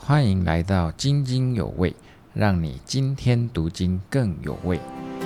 欢迎来到津津有味，让你今天读经更有味。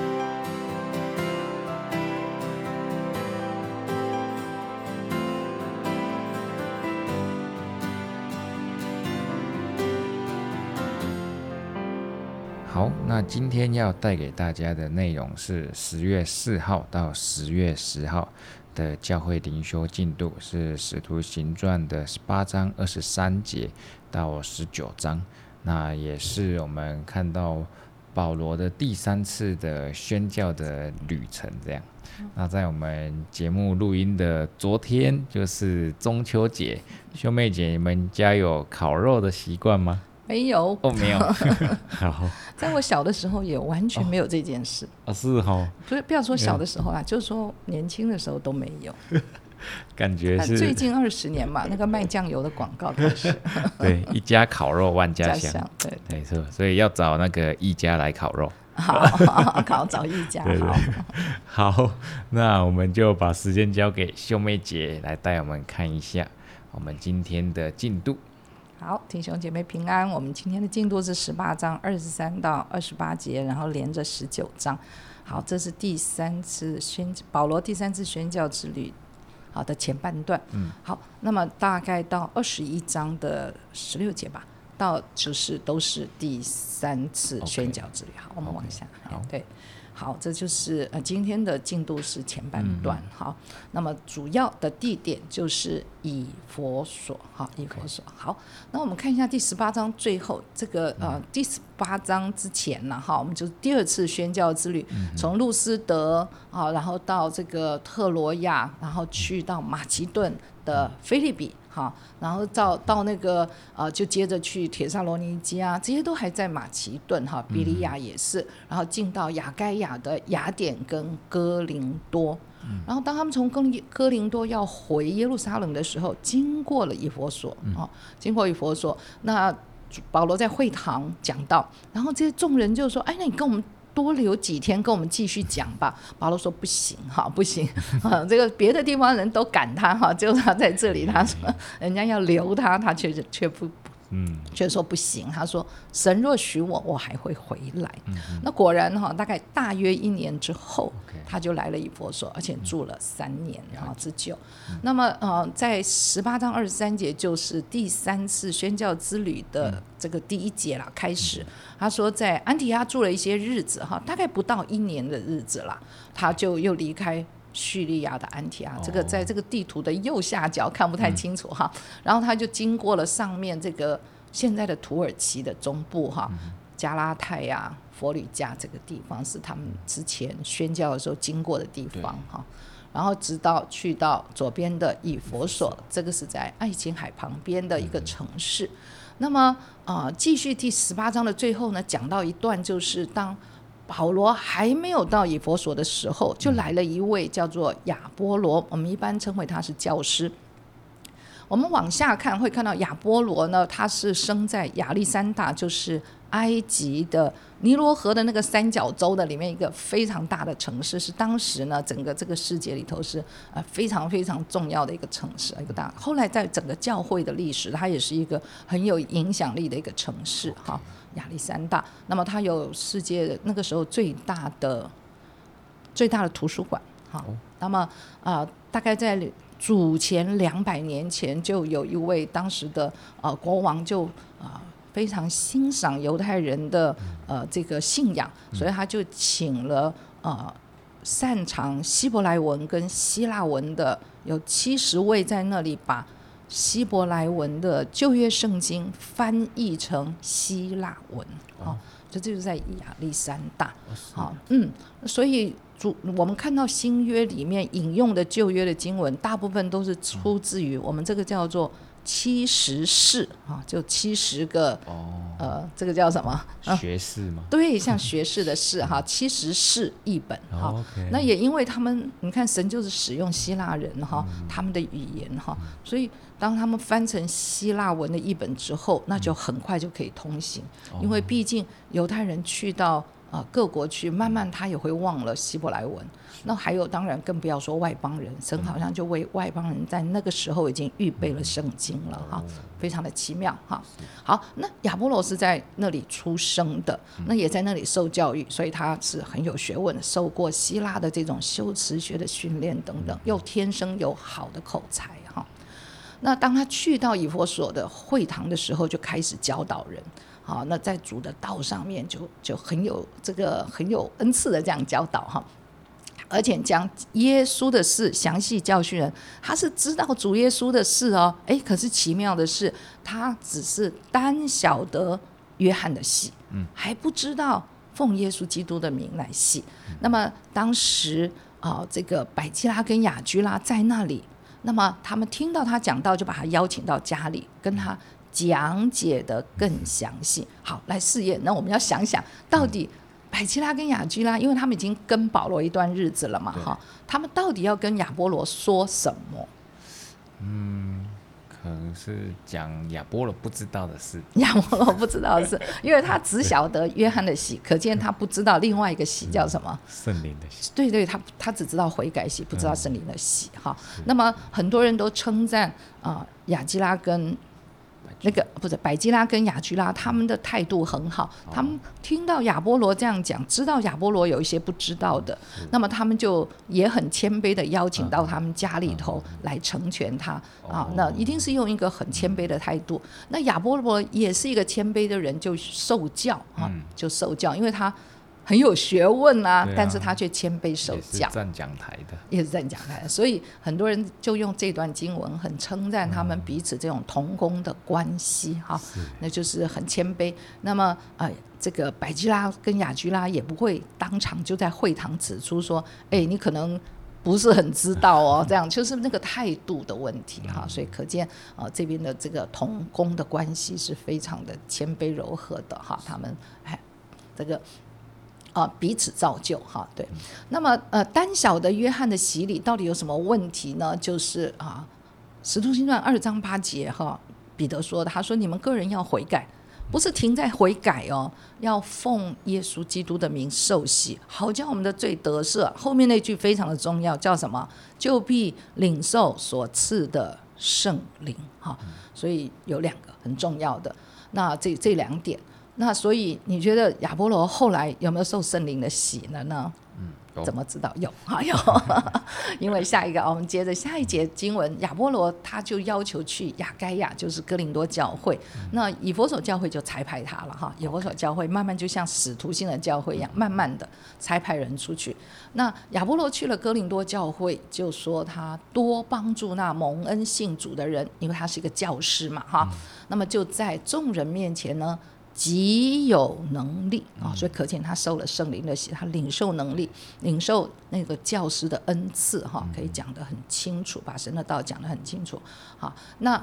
好，那今天要带给大家的内容是10月4号到10月10号的教会灵修进度，是使徒行传的18章23节到19章。那也是我们看到保罗的第3次的宣教的旅程这样。那在我们节目录音的昨天就是中秋节，兄妹姐，你们家有烤肉的习惯吗？ 没有哦，没有。好， 在我小的时候也完全没有这件事。 是哦， 不要说小的时候啦，就是说年轻的时候都没有。 感觉是最近20年吧，那个卖酱油的广告开始。 对，一家烤肉万家香， 对， 没错，所以要找那个一家来烤肉。 好，找一家。 对对好，那我们就把时间交给秀妹姐来带我们看一下我们今天的进度。 好，弟兄姐妹平安。我们今天的进度是18章23到28节，然后连着19章。好，这是保罗第3次宣教之旅好的前半段。好，那么大概到21章的16节吧，到就是都是第3次宣教之旅。好，我们往下。对。好，这就是今天的进度是前半段。好，那么主要的地点就是以弗所。好，以弗所。好，那我们看一下第18章最后这个第18章之前呢，我们就是第2次宣教之旅，从路斯德然后到这个特罗亚，然后去到马其顿的腓立比。好，然后到那个就接着去帖撒罗尼迦，这些都还在马其顿比利亚也是，然后进到亚该亚的雅典跟哥林多。然后当他们从哥林多要回耶路撒冷的时候，经过了以弗所。经过以弗所，那保罗在会堂讲道，然后这些众人就说：哎，那你跟我们多留几天跟我们继续讲吧。保罗说不行，不行，这个别的地方人都赶他，就他在这里，他说人家要留他，他却说不行。他说神若许我，我还会回来。那果然大约1年之后，他就来了以弗所，而且住了3年之久。那么在18章23节就是第3次宣教之旅的这个第1节啦，开始他说在安提阿住了一些日子，大概不到1年的日子啦，他就又离开叙利亚的安提阿，这个在这个地图的右下角看不太清楚然后他就经过了上面这个现在的土耳其的中部加拉太呀、佛吕加这个地方是他们之前宣教的时候经过的地方然后直到去到左边的以弗所，这个是在爱琴海旁边的一个城市。那么继续第18章的最后呢，讲到一段就是当保罗还没有到以弗所的时候，就来了一位叫做亚波罗，我们一般称为他是教师。我们往下看会看到亚波罗呢，他是生在亚历山大，就是埃及的尼罗河的那个三角洲的里面一个非常大的城市，是当时呢整个这个世界里头是非常非常重要的一个城市，一个大。后来在整个教会的历史，它也是一个很有影响力的一个城市亚历山大。那么它有世界那个时候最大的图书馆那么大概在主前200年前，就有一位当时的国王就非常欣赏犹太人的这个信仰，所以他就请了擅长希伯来文跟希腊文的有70位在那里，把希伯来文的旧约圣经翻译成希腊文这就是在亚历山大所以我们看到新约里面引用的旧约的经文，大部分都是出自于我们这个叫做70士就70个这个叫什么学士吗？ 对，像学士的士70士译本那也因为他们你看神就是使用希腊人他们的语言所以当他们翻成希腊文的译本之后，那就很快就可以通行因为毕竟犹太人去到各国去，慢慢他也会忘了希伯来文。那还有当然更不要说外邦人，神好像就为外邦人在那个时候已经预备了圣经了哈，非常的奇妙哈。好，那亚波罗是在那里出生的，那也在那里受教育，所以他是很有学问的，受过希腊的这种修辞学的训练等等，又天生有好的口才哈。那当他去到以弗所的会堂的时候，就开始教导人。好，那在主的道上面就很有恩赐的这样教导哈，而且将耶稣的事详细教训人。他是知道主耶稣的事哦，可是奇妙的是，他只是单晓得约翰的洗，还不知道奉耶稣基督的名来洗。那么当时这个百基拉跟雅居拉在那里，那么他们听到他讲道，就把他邀请到家里，跟他讲解的更详细。好，来试验。那我们要想想，到底百基拉跟雅居拉，因为他们已经跟保罗一段日子了嘛，他们到底要跟亚波罗说什么？ 可能是讲亚波罗不知道的事。 亚波罗不知道的事，因为他只晓得约翰的洗，可见他不知道另外一个洗叫什么？ 圣灵的洗。 对对，他只知道悔改洗，不知道圣灵的洗哈。那么很多人都称赞雅基拉跟百基拉跟雅居拉，他们的态度很好，他们听到亚波罗这样讲，知道亚波罗有一些不知道的，那么他们就也很谦卑的邀请到他们家里头来成全他那一定是用一个很谦卑的态度。那亚波罗也是一个谦卑的人，就受教因为他很有学问但是他却谦卑受教， 也是站讲台的， 也是站讲台的。所以很多人就用这段经文很称赞他们彼此这种同工的关系那就是很谦卑。那么这个百基拉跟雅居拉也不会当场就在会堂指出说你可能不是很知道这样就是那个态度的问题所以可见这边的这个同工的关系是非常的谦卑柔和的他们这个彼此造就对。那么单晓得约翰的洗礼到底有什么问题呢？就是使徒行传2章8节彼得说的，他说你们个人要悔改，不是停在悔改要奉耶稣基督的名受洗，好叫我们的罪得赦。后面那句非常的重要，叫什么？就必领受所赐的圣灵所以有2个很重要的，那这2点。那所以你觉得亚波罗后来有没有受圣灵的洗了呢？怎么知道？有因为下一个我们接着下一节经文，亚波罗他就要求去亚该亚，就是哥林多教会。那以弗所教会就差派他了以弗所教会慢慢就像使徒性的教会一样，慢慢的差派人出去。那亚波罗去了哥林多教会，就说他多帮助那蒙恩信主的人，因为他是一个教师嘛那么就在众人面前呢极有能力所以可见他受了圣灵的洗，他领受能力，领受那个教师的恩赐可以讲得很清楚，把神的道讲得很清楚那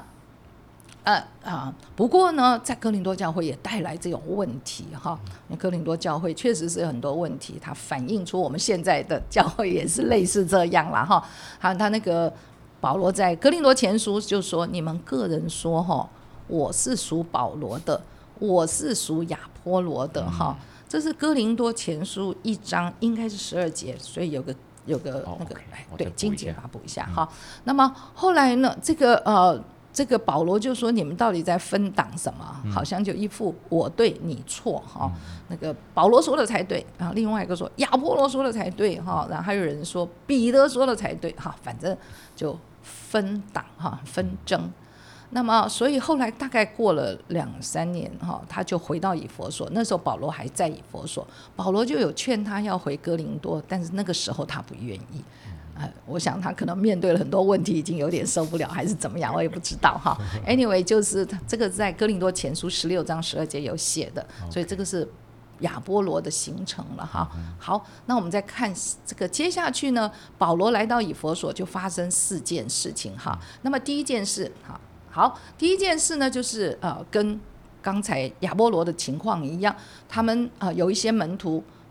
不过呢在哥林多教会也带来这种问题哥林多教会确实是有很多问题，它反映出我们现在的教会也是类似这样啦他那个保罗在哥林多前书就说，你们个人说我是属保罗的，我是属亚波罗的这是哥林多前书1章应该是12节，所以有个那个对经节把它补一下那么后来呢这个保罗就说，你们到底在分党什么好像就一副我对你错那个保罗说的才对另外一个说亚波罗说的才对然后还有人说彼得说的才对反正就分党纷争。那么所以后来大概过了2-3年他就回到以弗所，那时候保罗还在以弗所，保罗就有劝他要回哥林多，但是那个时候他不愿意我想他可能面对了很多问题，已经有点受不了还是怎么样，我也不知道anyway 就是这个在哥林多前书16章12节有写的所以这个是亚波罗的行程了好，那我们再看这个接下去呢，保罗来到以弗所就发生4件事情那么第一件事第一件事呢就是跟刚才亚波罗的情况一样，他们有一些门徒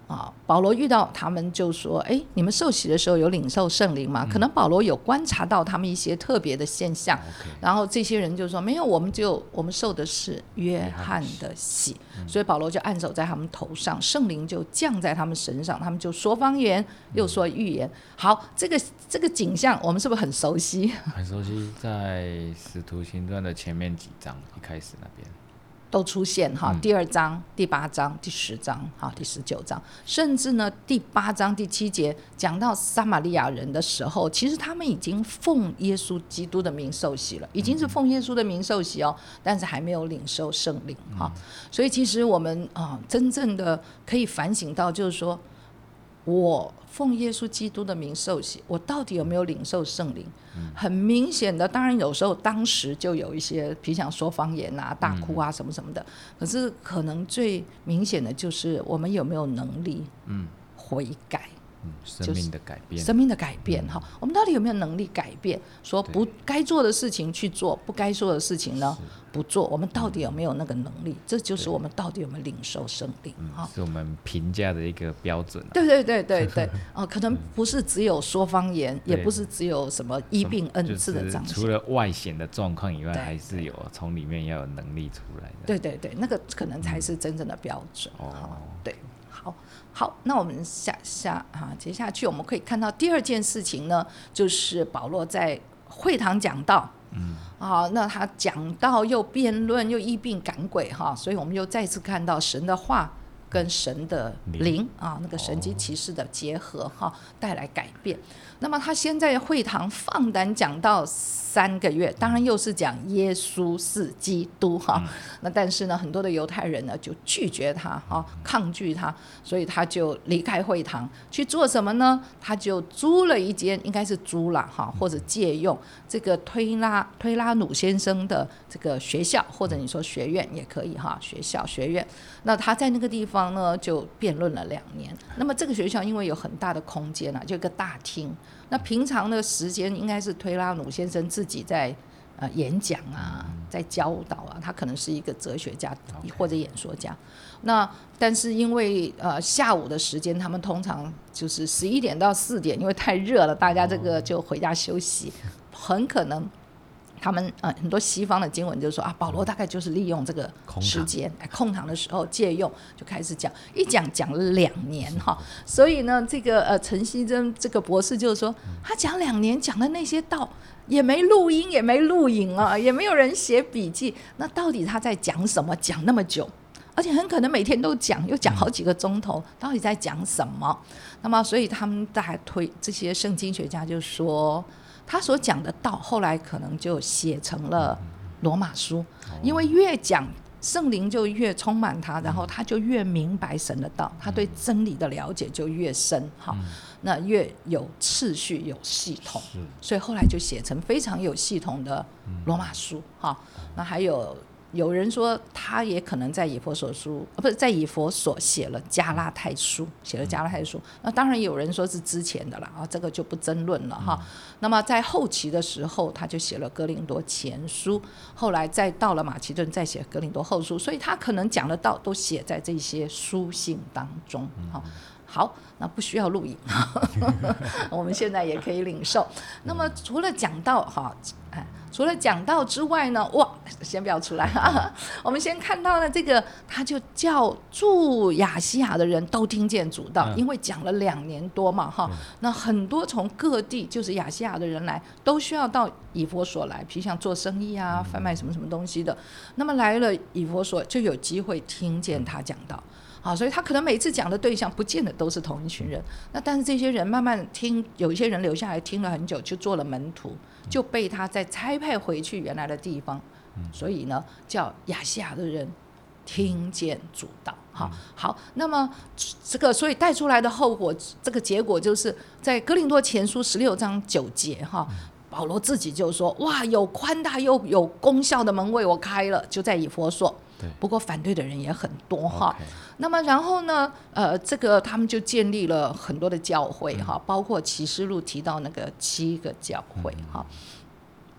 保罗遇到他们就说，哎，你们受洗的时候有领受圣灵吗？可能保罗有观察到他们一些特别的现象，然后这些人就说没有，我们受的是约翰的洗，所以保罗就按手在他们头上，圣灵就降在他们身上，他们就说方言，又说预言。好，这个景象我们是不是很熟悉？ 很熟悉，在使徒行传的前面几章一开始那边都出现哈，第2章、第8章、第10章、第19章，甚至呢第8章第7节讲到撒玛利亚人的时候，其实他们已经奉耶稣基督的名受洗了，已经是奉耶稣的名受洗哦，但是还没有领受圣灵哈。所以其实我们真正的可以反省到，就是说我奉耶稣基督的名受洗，我到底有没有领受圣灵？很明显的，当然有时候当时就有一些，比如想说方言啊、大哭啊什么什么的，可是可能最明显的就是我们有没有能力悔改。 生命的改变， 生命的改变哈，我们到底有没有能力改变？说不该做的事情去做，不该做的事情呢不做，我们到底有没有那个能力？这就是我们到底有没有领受圣灵是我们评价的一个标准。 对可能不是只有说方言，也不是只有什么医病恩赐的彰显， 除了外显的状况以外，还是有从里面要有能力出来的。 对，那个可能才是真正的标准。对。好，那我们接下去我们可以看到第2件事情呢，就是保罗在会堂讲道，那他讲道又辩论又医病赶鬼所以我们又再次看到神的话跟神的灵那个神迹奇事的结合带来改变。那么他先在会堂放胆讲道3个月，当然又是讲耶稣是基督那但是呢，很多的犹太人呢就拒绝他抗拒他，所以他就离开会堂去做什么呢？他就租了一间，应该是租了或者借用这个推拉努先生的这个学校，或者你说学院也可以学校学院。那他在那个地方呢就辩论了2年。那么这个学校因为有很大的空间就一个大厅，那平常的时间应该是推拉努先生自己在演讲在教导他可能是一个哲学家或者演说家。那但是因为下午的时间他们通常就是11点到4点，因为太热了，大家这个就回家休息，很可能他们很多西方的经文就说保罗大概就是利用这个时间空堂的时候借用就开始讲，一讲了2年所以呢这个陈希珍这个博士就是说，他讲2年讲的那些道也没录音也没录影也没有人写笔记，那到底他在讲什么？讲那么久，而且很可能每天都讲，又讲好几个钟头，到底在讲什么？那么所以他们在推这些圣经学家就说，他所讲的道后来可能就写成了罗马书，因为越讲圣灵就越充满他，然后他就越明白神的道，他对真理的了解就越深那越有次序有系统，所以后来就写成非常有系统的罗马书那还有人说他也可能在以弗所书不是在以弗所写了加拉太书，那当然有人说是之前的啦这个就不争论了那么在后期的时候他就写了哥林多前书，后来再到了马其顿再写哥林多后书，所以他可能讲的道都写在这些书信当中好，那不需要录影我们现在也可以领受。那么除了讲道之外呢，先不要出来我们先看到了这个，他就叫住亚细亚的人都听见主道，因为讲了2年多嘛那很多从各地就是亚细亚的人来，都需要到以弗所来，比如像做生意贩卖什么什么东西的，那么来了以弗所就有机会听见他讲道所以他可能每次讲的对象不见得都是同一群人，那但是这些人慢慢听，有一些人留下来听了很久，就做了门徒，就被他再差派回去原来的地方所以呢叫亚细亚的人听见主道好，那么这个所以带出来的后果，这个结果就是在哥林多前书16章9节保罗自己就说，有宽大又有功效的门为我开了，就在以弗所，不过反对的人也很多那么然后呢这个他们就建立了很多的教会包括启示录提到那个7个教会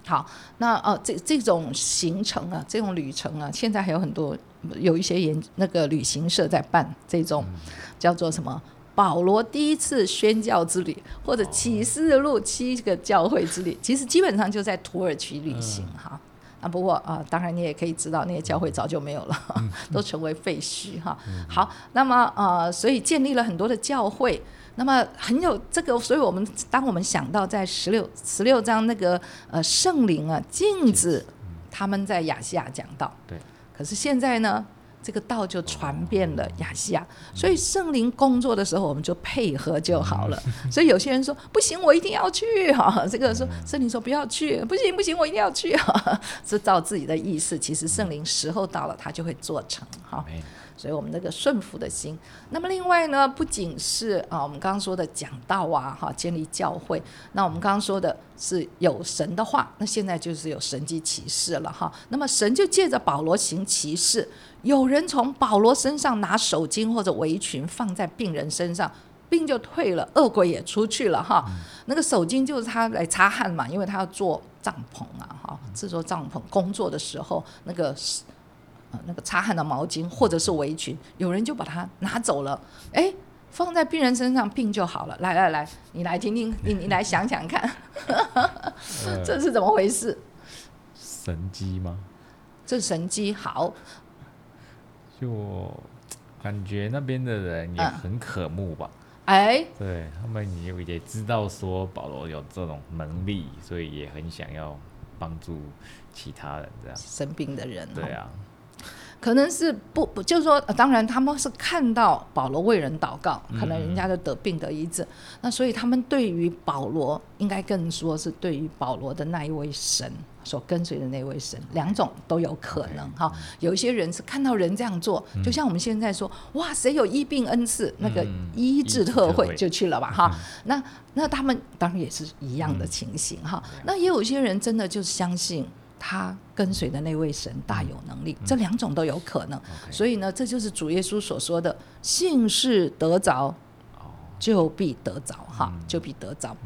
好，那这种行程啊，这种旅程啊，现在还有很多有一些那个旅行社在办这种叫做什么保罗第一次宣教之旅，或者启示录7个教会之旅，其实基本上就在土耳其旅行哈。不过当然你也可以知道那些教会早就没有了，都成为废墟哈。好，那么所以建立了很多的教会。那么很有这个，所以当我们想到在16章那个圣灵啊禁止他们在亚细亚讲道， 对， 可是现在呢这个道就传遍了亚细亚，所以圣灵工作的时候我们就配合就好了。所以有些人说不行我一定要去这个说圣灵说不要去，不行我一定要去是照自己的意思，其实圣灵时候到了他就会做成所以我们那个顺服的心。那么另外呢，不仅是我们刚刚说的讲道建立教会，那我们刚刚说的是有神的话，那现在就是有神迹奇事了那么神就借着保罗行奇事，有人从保罗身上拿手巾或者围裙放在病人身上，病就退了，恶鬼也出去了那个手巾就是他来擦汗嘛，因为他要做帐篷制作帐篷工作的时候那个擦汗的毛巾或者是围裙，有人就把它拿走了，放在病人身上病就好了。来你来听听，你来想想看这是怎么回事？ 神迹吗？ 这是神迹。好， 就感觉那边的人也很渴慕吧对，他们也知道说保罗有这种能力，所以也很想要帮助其他人这样生病的人。 对啊， 可能是不就是说当然他们是看到保罗为人祷告，可能人家就得病得医治，那所以他们对于保罗应该更说是对于保罗的那一位神所跟随的那位神，两种都有可能有一些人是看到人这样做，就像我们现在说哇谁有医病恩赐，那个医治特会就去了吧那他们当然也是一样的情形那也有一些人真的就相信他跟随的那位神大有能力，这两种都有可能所以呢这就是主耶稣所说的信是得着就必得着就必得着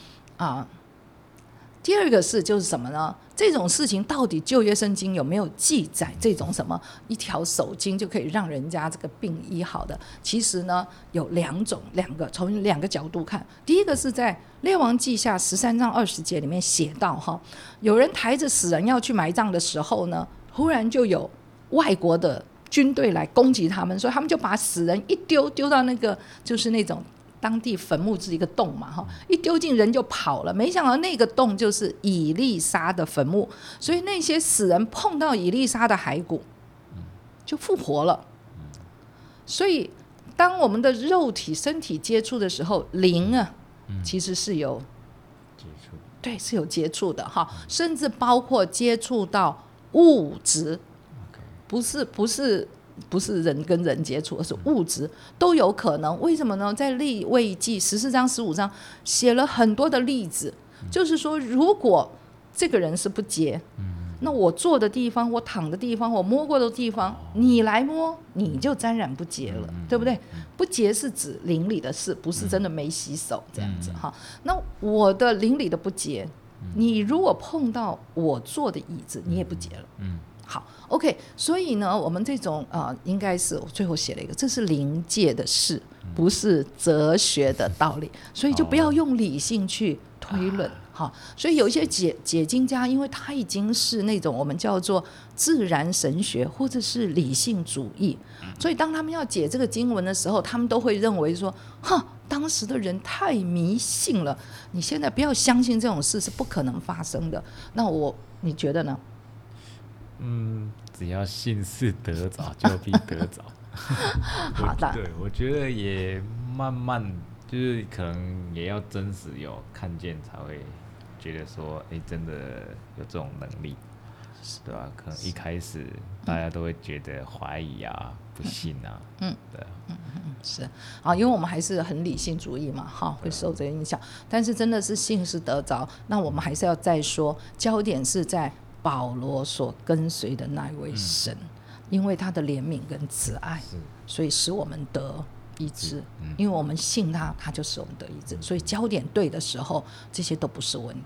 第二个是就是什么呢？这种事情到底旧约圣经有没有记载这种什么一条手巾就可以让人家这个病医好的？其实呢有从两个角度看。第一个是在列王记下13章20节里面写到有人抬着死人要去埋葬的时候呢，忽然就有外国的军队来攻击他们，所以他们就把死人一丢到那个就是那种当地坟墓是一个洞嘛一丢进人就跑了，没想到那个洞就是以利沙的坟墓，所以那些死人碰到以利沙的骸骨就复活了。所以当我们的肉体身体接触的时候，灵其实是有接触，对，是有接触的甚至包括接触到物质，不是人跟人接触，而是物质都有可能。为什么呢？在利未记14章15章写了很多的例子，就是说如果这个人是不洁，那我坐的地方，我躺的地方，我摸过的地方，你来摸你就沾染不洁了，对不对？不洁是指灵里的事，不是真的没洗手这样子那我的灵里的不洁，你如果碰到我坐的椅子，你也不洁了好 OK， 所以呢我们这种应该是我最后写了一个，这是灵界的事，不是哲学的道理，所以就不要用理性去推论所以有一些解经家，因为他已经是那种我们叫做自然神学或者是理性主义，所以当他们要解这个经文的时候，他们都会认为说当时的人太迷信了，你现在不要相信这种事是不可能发生的。那你觉得呢？ 只要信是得着就必得着好的， 对，我觉得也慢慢就是可能也要真实有看见才会觉得说真的有这种能力，对吧？可能一开始大家都会觉得怀疑不信对是因为我们还是很理性主义嘛会受这个影响，但是真的是信是得着，那我们还是要再说，焦点是在保罗所跟随的那一位神，因为他的怜悯跟慈爱，所以使我们得医治，因为我们信他，他就使我们得医治，所以焦点对的时候，这些都不是问题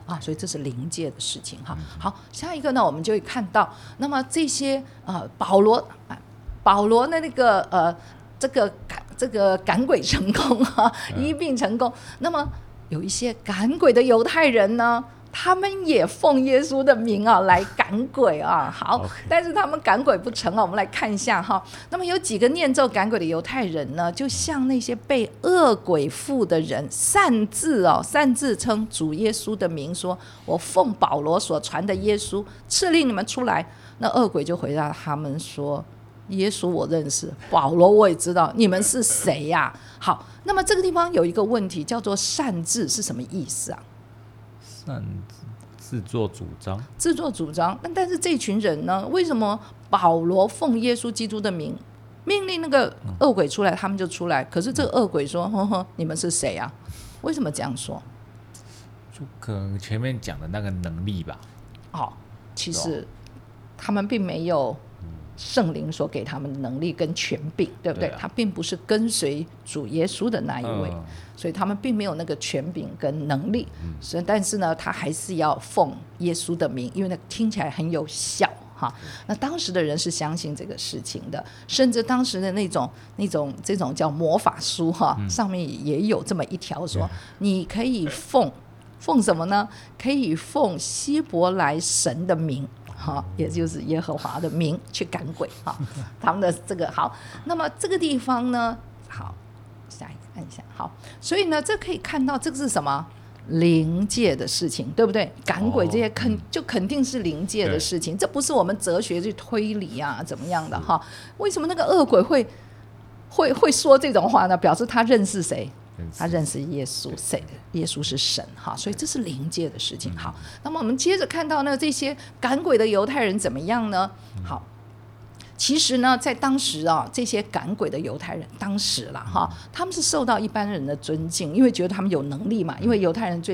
所以这是灵界的事情哈。好，下一个呢，我们就会看到，那么这些保罗的那个这个赶鬼成功哈，医病成功，那么有一些赶鬼的犹太人呢，他们也奉耶稣的名来赶鬼好，但是他们赶鬼不成我们来看一下哈。那么有几个念咒赶鬼的犹太人呢，就像那些被恶鬼附的人，擅自称主耶稣的名，说我奉保罗所传的耶稣赐令你们出来。那恶鬼就回答他们说，耶稣我认识，保罗我也知道，你们是谁呀？好，那么这个地方有一个问题，叫做擅自是什么意思啊？ 擅自作主张， 自作主张。但是这群人呢，为什么保罗奉耶稣基督的名命令那个恶鬼出来，他们就出来？可是这个恶鬼说：“呵呵，你们是谁啊？”为什么这样说？ 就可能前面讲的那个能力吧。 其实他们并没有圣灵所给他们的能力跟权柄，对不对？他并不是跟随主耶稣的那一位，所以他们并没有那个权柄跟能力。所以但是呢，他还是要奉耶稣的名，因为那听起来很有效哈。那当时的人是相信这个事情的，甚至当时的这种叫魔法书哈，上面也有这么一条说，你可以奉什么呢？可以奉希伯来神的名。也就是耶和华的名去赶鬼他们的这个好，那么这个地方呢，好，下一个看一下，好，所以呢，这可以看到这个是什么灵界的事情，对不对？赶鬼这些就肯定是灵界的事情，这不是我们哲学去推理怎么样的为什么那个恶鬼会说这种话呢？表示他认识谁？他认识耶稣，耶稣是神所以这是灵界的事情。好，那么我们接着看到呢，这些赶鬼的犹太人怎么样呢？好，其实呢，在当时这些赶鬼的犹太人，当时啦他们是受到一般人的尊敬，因为觉得他们有能力嘛，因为犹太人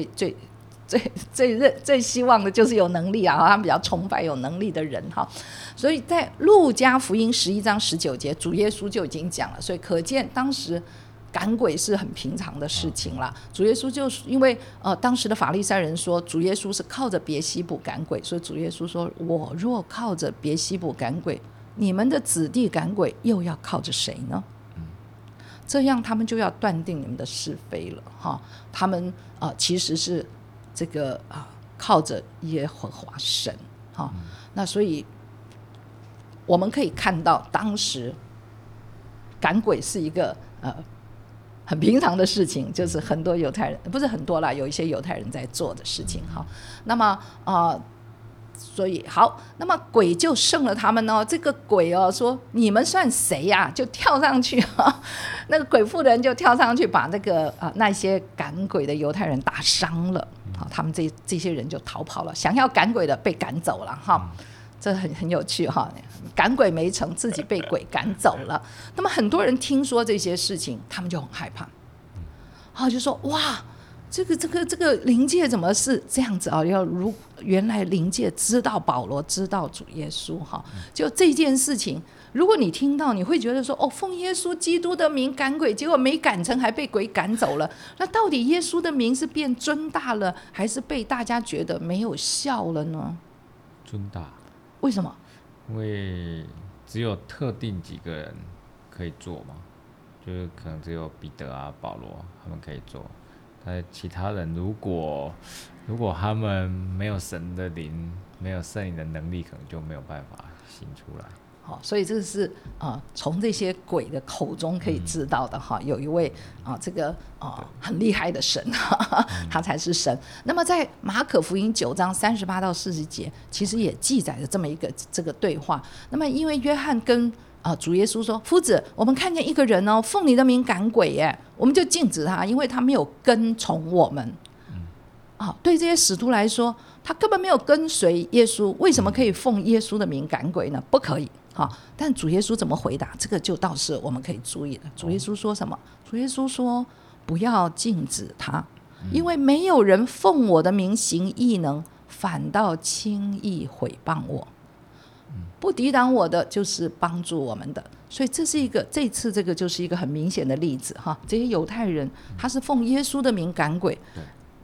最希望的就是有能力他们比较崇拜有能力的人所以在路加福音11章19节，主耶稣就已经讲了，所以可见当时赶鬼是很平常的事情啦。主耶稣就是因为当时的法利赛人说主耶稣是靠着别西卜赶鬼，所以主耶稣说，我若靠着别西卜赶鬼，你们的子弟赶鬼又要靠着谁呢？这样他们就要断定你们的是非了他们其实是这个靠着耶和华神那所以我们可以看到当时赶鬼是一个很平常的事情，就是很多犹太人，不是很多啦，有一些犹太人在做的事情那么所以好，那么鬼就胜了他们这个鬼说你们算谁呀？就跳上去那个鬼妇人就跳上去把那些赶鬼的犹太人打伤了他们这些人就逃跑了，想要赶鬼的被赶走了这很有趣赶鬼没成，自己被鬼赶走了。那么很多人听说这些事情，他们就很害怕就说哇，这个灵界怎么是这样子原来灵界知道保罗，知道主耶稣就这件事情，如果你听到，你会觉得说奉耶稣基督的名赶鬼，结果没赶成，还被鬼赶走了，那到底耶稣的名是变尊大了，还是被大家觉得没有效了呢？ 尊大。 为什么？ 因为只有特定几个人可以做嘛，就是可能只有彼得保罗他们可以做，但其他人如果他们没有神的灵，没有圣灵的能力，可能就没有办法行出来。 所以这是从这些鬼的口中可以知道的有一位这个很厉害的神他才是神。那么在马可福音9章38到40节，其实也记载了这么一个这个对话。那么因为约翰跟主耶稣说，夫子，我们看见一个人奉你的名赶鬼耶，我们就禁止他，因为他没有跟从我们对这些使徒来说，他根本没有跟随耶稣，为什么可以奉耶稣的名赶鬼呢？不可以但主耶稣怎么回答，这个就倒是我们可以注意的。主耶稣说什么？主耶稣说不要禁止他，因为没有人奉我的名行异能，反倒轻易毁谤我，不抵挡我的就是帮助我们的。所以这次这个就是一个很明显的例子这些犹太人他是奉耶稣的名赶鬼，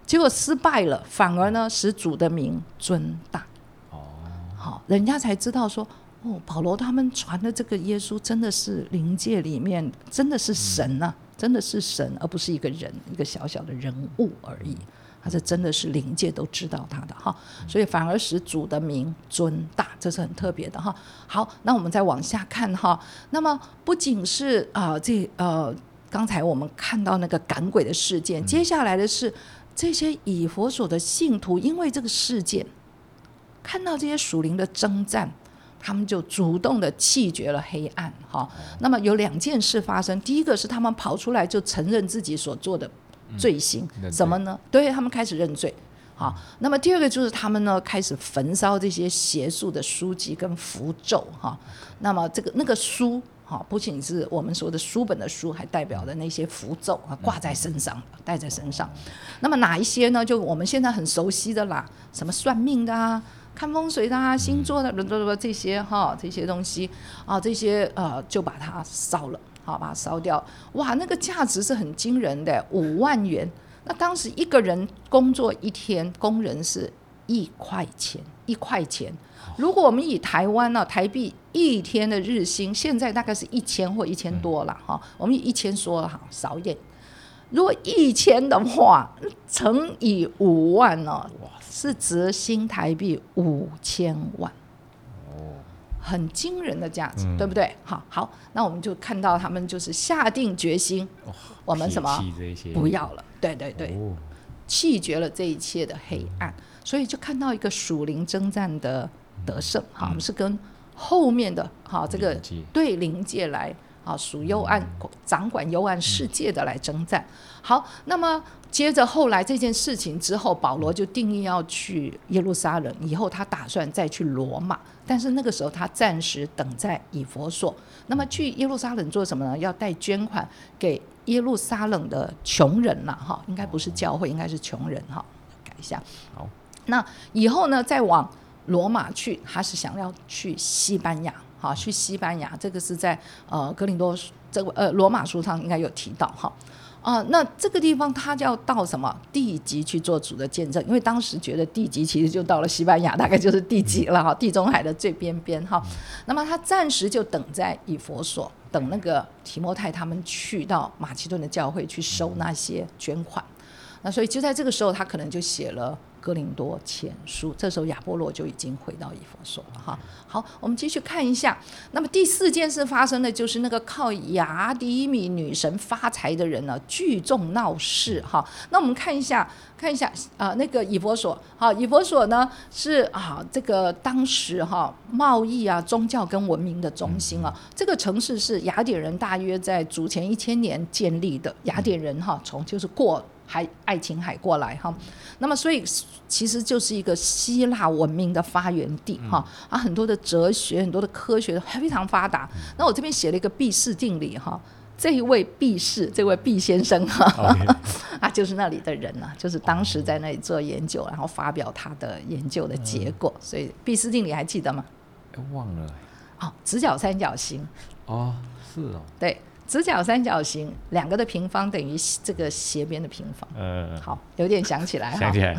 结果失败了，反而呢使主的名尊大。好，人家才知道说，保罗他们传的这个耶稣真的是灵界里面真的是神啊，真的是神，而不是一个人，一个小小的人物而已。他这真的是灵界都知道他的哈，所以反而使主的名尊大，这是很特别的哈。好，那我们再往下看哈。那么不仅是刚才我们看到那个赶鬼的事件，接下来的是这些以弗所的信徒，因为这个事件看到这些属灵的征战，他们就主动的弃绝了黑暗哈。那么有2件事发生，第一个是他们跑出来就承认自己所做的罪行，什么呢？对，他们开始认罪。好，那么第二个就是他们呢开始焚烧这些邪术的书籍跟符咒哈。那么那个书不仅是我们说的书本的书，还代表的那些符咒挂在身上，带在身上。那么哪一些呢？就我们现在很熟悉的啦，什么算命的啊、看风水的啊、星座的这些这些东西这些就把它烧了。好，把它烧掉。哇，那个价值是很惊人的，5万元。那当时一个人工作1天，工人是1块钱。如果我们以台湾台币1天的日薪，现在大概是1000或1000多了哈。我们以1000说了好，少一点。如果1000的话，乘以5万是值新台币5000万。很惊人的价值，对不对？好，那我们就看到他们就是下定决心，我们什么不要了，对，弃绝了这一切的黑暗，所以就看到一个属灵征战的得胜。我们是跟后面的这个对灵界来属幽暗掌管幽暗世界的来征战。好，那么接着后来这件事情之后，保罗就定义要去耶路撒冷，以后他打算再去罗马，但是那个时候他暂时等在以弗所。那么去耶路撒冷做什么呢？要带捐款给耶路撒冷的穷人啦，应该不是教会，应该是穷人改一下。好，那以后呢再往罗马去，他是想要去西班牙。去西班牙，这个是在哥林多罗马书上应该有提到那这个地方他就要到什么地极去做主的见证，因为当时觉得地极其实就到了西班牙，大概就是地极了地中海的最边边那么他暂时就等在以弗所，等那个提摩太他们去到马其顿的教会去收那些捐款。那所以就在这个时候，他可能就写了哥林多前书，这时候亚波罗就已经回到以弗所了好，我们继续看一下。那么第4件事发生的就是那个靠雅底米女神发财的人呢，聚众闹事那我们看一下那个以弗所以弗所呢是这个当时贸易宗教跟文明的中心这个城市是雅典人大约在主前1000年建立的。雅典人从就是过爱琴海过来那么所以其实就是一个希腊文明的发源地很多的哲学很多的科学非常发达。那我这边写了一个毕氏定理这一位毕氏，这位毕先生就是那里的人就是当时在那里做研究，然后发表他的研究的结果。所以毕氏定理还记得吗？ 忘了直角三角形是对，直角三角形2个的平方等于这个斜边的平方。好，有点想起来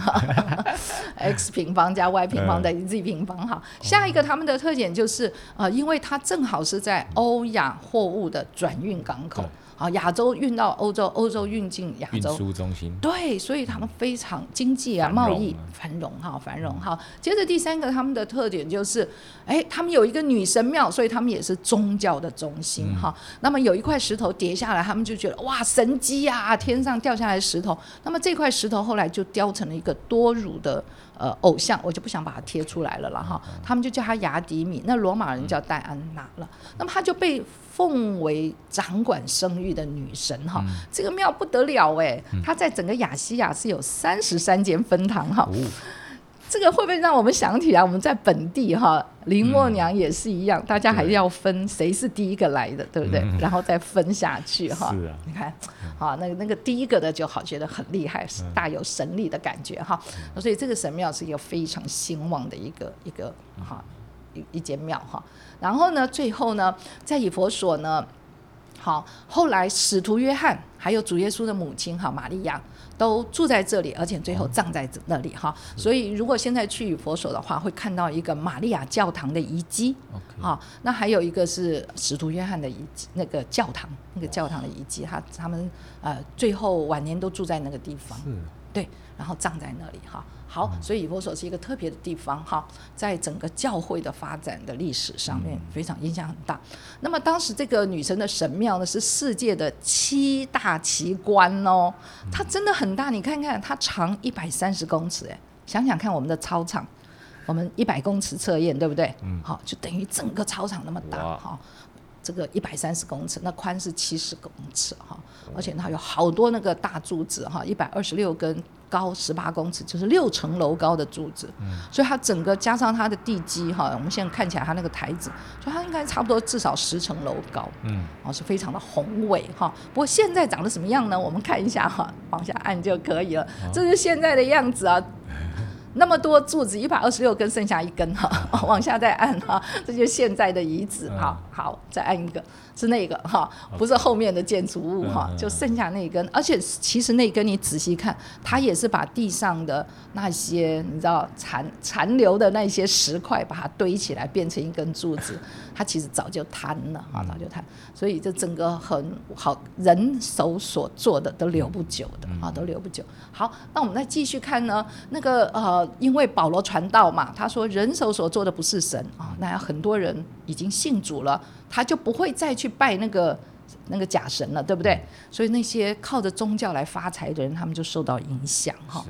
x 平方加 y 平方等于 z 平方下一个他们的特点就是因为它正好是在欧亚货物的转运港口。亚洲运到欧洲，欧洲运进亚洲， 运输中心。 对，所以他们非常经济贸易繁荣接着第3个他们的特点就是他们有一个女神庙，所以他们也是宗教的中心那么有一块石头跌下来，他们就觉得哇神迹天上掉下来的石头。那么这块石头后来就雕成了一个多乳的偶像，我就不想把它贴出来了他们就叫他雅底米，那罗马人叫戴安娜了。那么他就被奉为掌管生育的女神这个庙不得了它在整个亚细亚是有33间分堂这个会不会让我们想起来我们在本地林默娘也是一样，大家还要分谁是第一个来的，对不对？然后再分下去你看那个第一个的就好觉得很厉害，大有神力的感觉所以这个神庙是一个非常兴旺的一间庙然后呢最后呢在以弗所呢好，后来使徒约翰还有主耶稣的母亲哈玛利亚都住在这里，而且最后葬在那里哈。所以如果现在去佛所的话，会看到一个玛利亚教堂的遗迹。好，那还有一个是使徒约翰的遗迹，那个教堂的遗迹，他们最后晚年都住在那个地方。对，然后葬在那里哈。好，所以以弗所是一个特别的地方哈，在整个教会的发展的历史上面非常影响很大。那么当时这个女神的神庙呢，是世界的7大奇观哦，它真的很大，你看看它长130公尺，想想看我们的操场，我们100公尺测验对不对？好，就等于整个操场那么大哈。这个130公尺，那宽是70公尺哈，而且它有好多那个大柱子哈，126根，高18公尺，就是6层楼高的柱子，所以它整个加上它的地基哈，我们现在看起来它那个台子，所以它应该差不多至少10层楼高，是非常的宏伟哈。不过现在长得什么样呢？我们看一下哈，往下按就可以了，这是现在的样子啊。那么多柱子，126根剩下1根哈，往下再按哈，这就是现在的遗址哈。好，再按一个，是那个哈，不是后面的建筑物哈，就剩下那一根。而且其实那根你仔细看，它也是把地上的那些你知道残留的那些石块，把它堆起来变成一根柱子。它其实早就瘫了啊，早就瘫。所以这整个很好，人手所做的都留不久的啊，都留不久。好，那我们再继续看呢，那个因为保罗传道嘛，他说人手所做的不是神啊，那很多人已经信主了，他就不会再去拜那个假神了，对不对？所以那些靠着宗教来发财的人，他们就受到影响哈，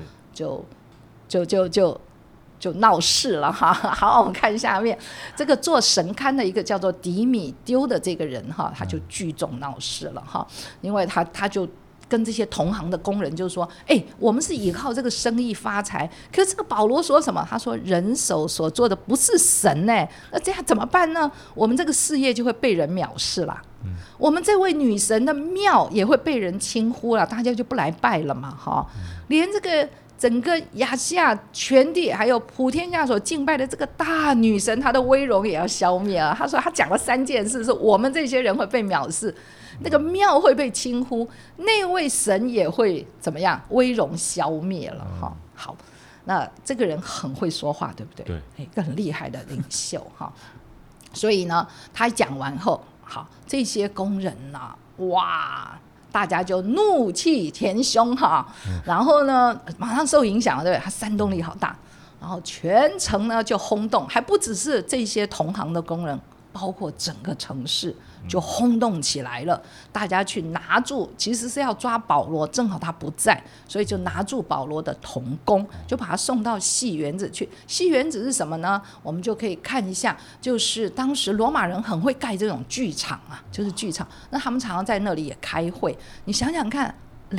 就闹事了哈。好，我们看下面这个做神龛的一个叫做迪米丢的这个人哈，他就聚众闹事了哈，因为他就跟这些同行的工人就说，我们是依靠这个生意发财，可是这个保罗说什么？他说人手所做的不是神呢，那这样怎么办呢？我们这个事业就会被人藐视啦，我们这位女神的庙也会被人轻忽了，大家就不来拜了嘛哈，连这个整个亚细亚全地还有普天下所敬拜的这个大女神，她的威荣也要消灭了。他说他讲了3件事，是我们这些人会被藐视，那个庙会被轻忽，那位神也会怎么样，威荣消灭了哈。好，那这个人很会说话，对不对？对，一个很厉害的领袖哈。所以呢，他讲完后，好，这些工人啊，哇！大家就怒气填胸哈，然后呢，马上受影响了，对不对？他煽动力好大，然后全城呢就轰动，还不只是这些同行的工人，包括整个城市就轰动起来了。大家去拿住，其实是要抓保罗，正好他不在，所以就拿住保罗的同工，就把他送到戏园子去。戏园子是什么呢？我们就可以看一下，就是当时罗马人很会盖这种剧场啊，就是剧场。那他们常常在那里也开会。你想想看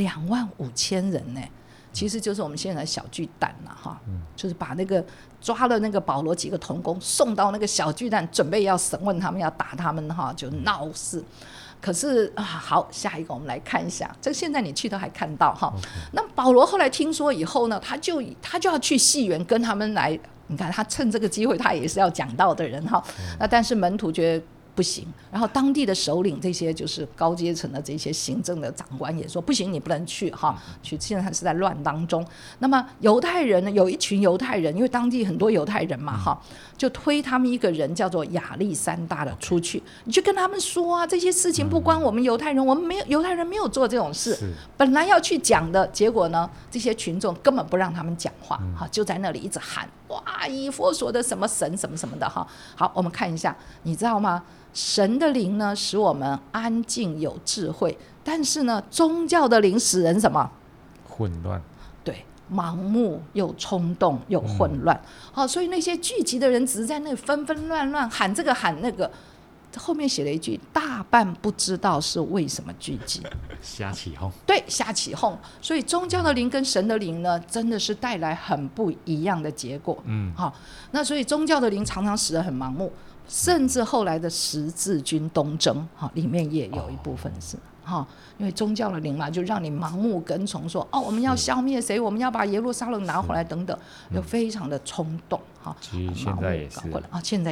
，25000人呢，其实就是我们现在的小巨蛋了哈，就是把那个抓了那个保罗几个同工送到那个小巨蛋，准备要审问他们，要打他们哈，就闹事。可是好，下一个我们来看一下，这个现在你去都还看到哈。那保罗后来听说以后呢，他就要去戏园跟他们来，你看他趁这个机会，他也是要讲道的人哈。那但是门徒觉得不行，然后当地的首领这些就是高阶层的这些行政的长官也说不行，你不能去哈，去现在是在乱当中。那么犹太人呢，有一群犹太人，因为当地很多犹太人嘛哈，就推他们一个人叫做亚历山大的出去，你去跟他们说啊，这些事情不关我们犹太人，我们没有犹太人没有做这种事，本来要去讲的，结果呢，这些群众根本不让他们讲话哈，就在那里一直喊哇，以弗所的什么神什么什么的哈。好，我们看一下，你知道吗？神的灵呢，使我们安静有智慧，但是呢，宗教的灵使人什么？ 混乱。 对，盲目又冲动又混乱。好，所以那些聚集的人只是在那里纷纷乱乱喊这个喊那个，后面写了一句：大半不知道是为什么聚集， 瞎起哄。对， 瞎起哄。所以宗教的灵跟神的灵呢，真的是带来很不一样的结果。好，那所以宗教的灵常常使人很盲目。甚至后来的十字军东征里面也有一部分是因为宗教的灵嘛，就让你盲目跟从，说我们要消灭谁，我们要把耶路撒冷拿回来等等，就非常的冲动其实现在也是现在也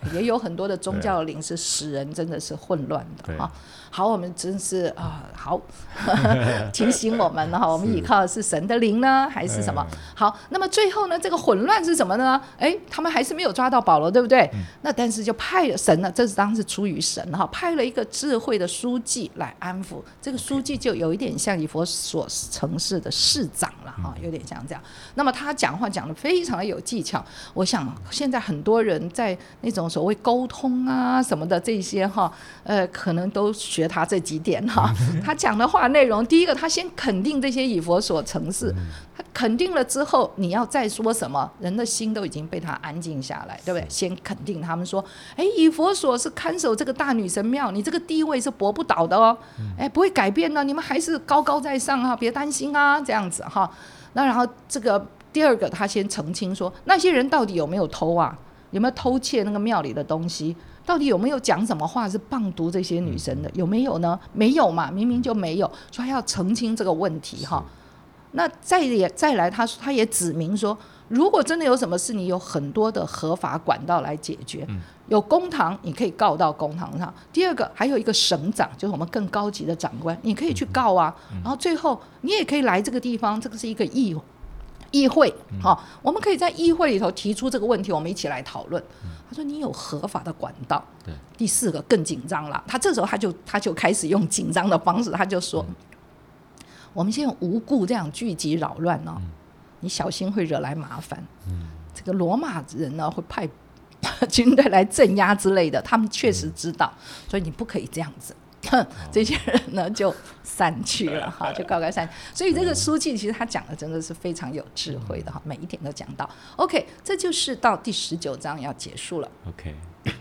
也有很多的宗教灵是使人真的是混乱的哈。好，我们真是好提醒我们哈，我们依靠的是神的灵呢，还是什么？好，那么最后呢，这个混乱是什么呢？他们还是没有抓到保罗，对不对？那但是就派了神呢，这是当时出于神哈，派了一个智慧的书记来安抚。这个书记就有一点像以弗所城市的市长了哈，有点像这样。那么他讲话讲得非常的有技巧，我想现在很多人在那种所谓沟通啊什么的这些哈，可能都学他这几点哈。他讲的话内容，第一个他先肯定这些以弗所城市，他肯定了之后，你要再说什么，人的心都已经被他安静下来，对不对？先肯定他们说，以弗所是看守这个大女神庙，你这个地位是驳不倒的哦，不会改变的，你们还是高高在上啊，别担心啊，这样子哈。那然后这个第二个，他先澄清说，那些人到底有没有偷啊？有没有偷窃那个庙里的东西？到底有没有讲什么话是谤读这些女神的？有没有呢？没有嘛，明明就没有，所以他要澄清这个问题哈。那再来，他也指明说，如果真的有什么事，你有很多的合法管道来解决。有公堂，你可以告到公堂上。第二个，还有一个省长，就是我们更高级的长官，你可以去告啊。然后最后，你也可以来这个地方，这个是一个议会，我们可以在议会里头提出这个问题，我们一起来讨论。他说你有合法的管道。第四个更紧张了，他这时候他就开始用紧张的方式，他就说，我们现在无故这样聚集扰乱哦，你小心会惹来麻烦。这个罗马人呢会派军队来镇压之类的，他们确实知道，所以你不可以这样子。这些人呢就散去了哈，就高高散去。所以这个书记其实他讲的真的是非常有智慧的哈，每一点都讲到。OK， 这就是到第19章要结束了。 OK，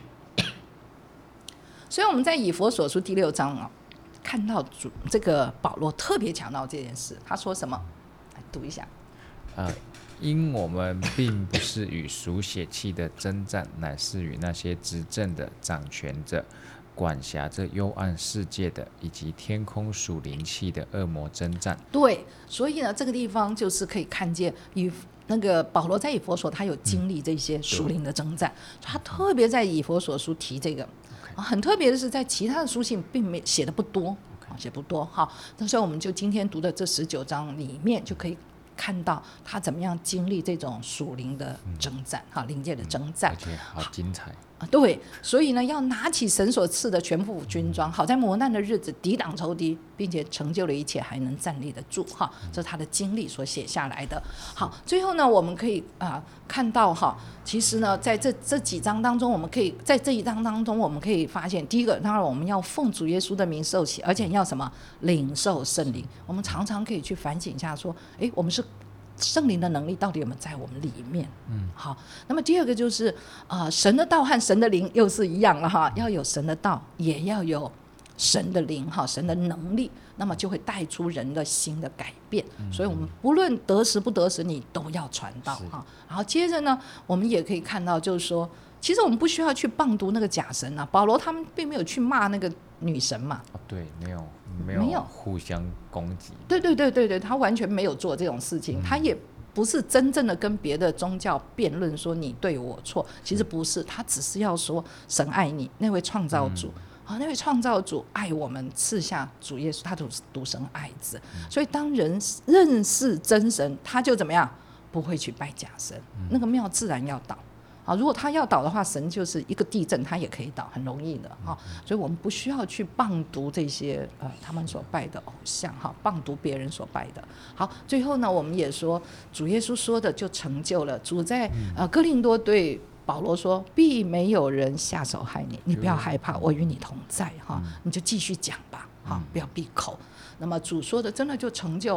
所以我们在以弗所书第6章看到这个保罗特别强调这件事，他说什么？来读一下。 因我们并不是与属血气的征战，乃是与那些执政的、掌权者、管辖这幽暗世界的，以及天空属灵气的恶魔征战。 对，所以呢，这个地方就是可以看见那个保罗在以弗所，他有经历这些属灵的征战，他特别在以弗所书提这个。很特别的是，在其他的书信并没写的不多，写不多哈。那所以我们就今天读的这19章里面就可以看到他怎么样经历这种属灵的征战，灵界的征战， 而且好精彩。 对，所以呢，要拿起神所赐的全副军装，好在磨难的日子抵挡仇敌，并且成就了一切，还能站立得住哈。这是他的经历所写下来的。好，最后呢，我们可以看到哈，其实呢，在这几章当中，我们可以在这一章当中，我们可以发现，第一个，当然我们要奉主耶稣的名受洗，而且要什么领受圣灵。我们常常可以去反省一下，说，我们是。圣灵的能力到底有没有在我们里面？好。那么第二个就是神的道和神的灵又是一样了哈，要有神的道，也要有神的灵哈，神的能力，那么就会带出人的心的改变。所以我们不论得时不得时，你都要传道哈。然后接着呢，我们也可以看到，就是说，其实我们不需要去谤读那个假神啊。保罗他们并没有去骂那个女神嘛。 对，没有互相攻击。 对，他完全没有做这种事情，他也不是真正的跟别的宗教辩论说你对我错，其实不是，他只是要说神爱你，那位创造主。那位创造主爱我们，赐下主耶稣，他独生爱子。所以当人认识真神，他就怎么样？不会去拜假神，那个庙自然要倒。如果他要倒的话，神就是一个地震，他也可以倒，很容易的所以我们不需要去谤读这些他们所拜的偶像谤读别人所拜的。好，最后呢，我们也说主耶稣说的就成就了。主在哥林多对保罗说，必没有人下手害你，你不要害怕，我与你同在你就继续讲吧不要闭口。那么主说的真的就成就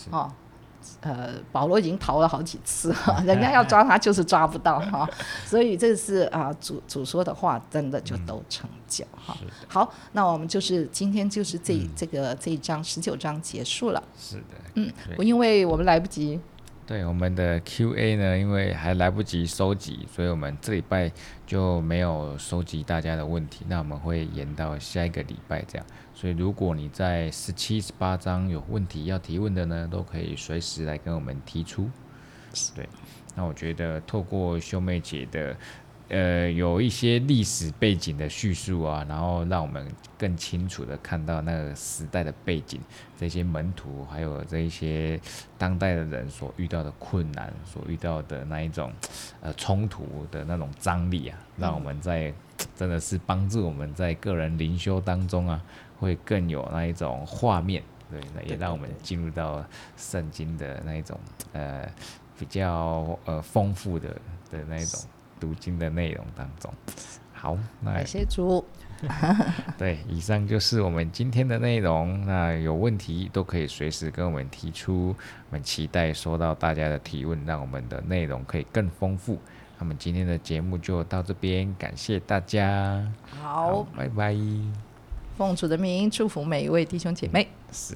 保罗已经逃了好几次人家要抓他就是抓不到所以这是主说的话真的就都成就好，那我们就是今天就是这一章19章结束了。 是的， 因为我们来不及。 对，我们的 Q&A 呢，因为还来不及收集，所以我们这礼拜就没有收集大家的问题，那我们会延到下一个礼拜这样。所以如果你在17、18章有问题要提问的呢，都可以随时来跟我们提出。对，那我觉得透过秀妹姐的有一些历史背景的叙述啊，然后让我们更清楚的看到那个时代的背景，这些门徒还有这一些当代的人所遇到的困难，所遇到的那一种冲突的那种张力啊，让我们真的是帮助我们在个人灵修当中啊，会更有那一种画面，对，那也让我们进入到圣经的那一种比较丰富的那一种读经的内容当中。好，那感谢主。 对，以上就是我们今天的内容。那有问题都可以随时跟我们提出，我们期待收到大家的提问，让我们的内容可以更丰富。那么今天的节目就到这边，感谢大家。 好， 拜拜。 奉主的名祝福每一位弟兄姐妹。 是。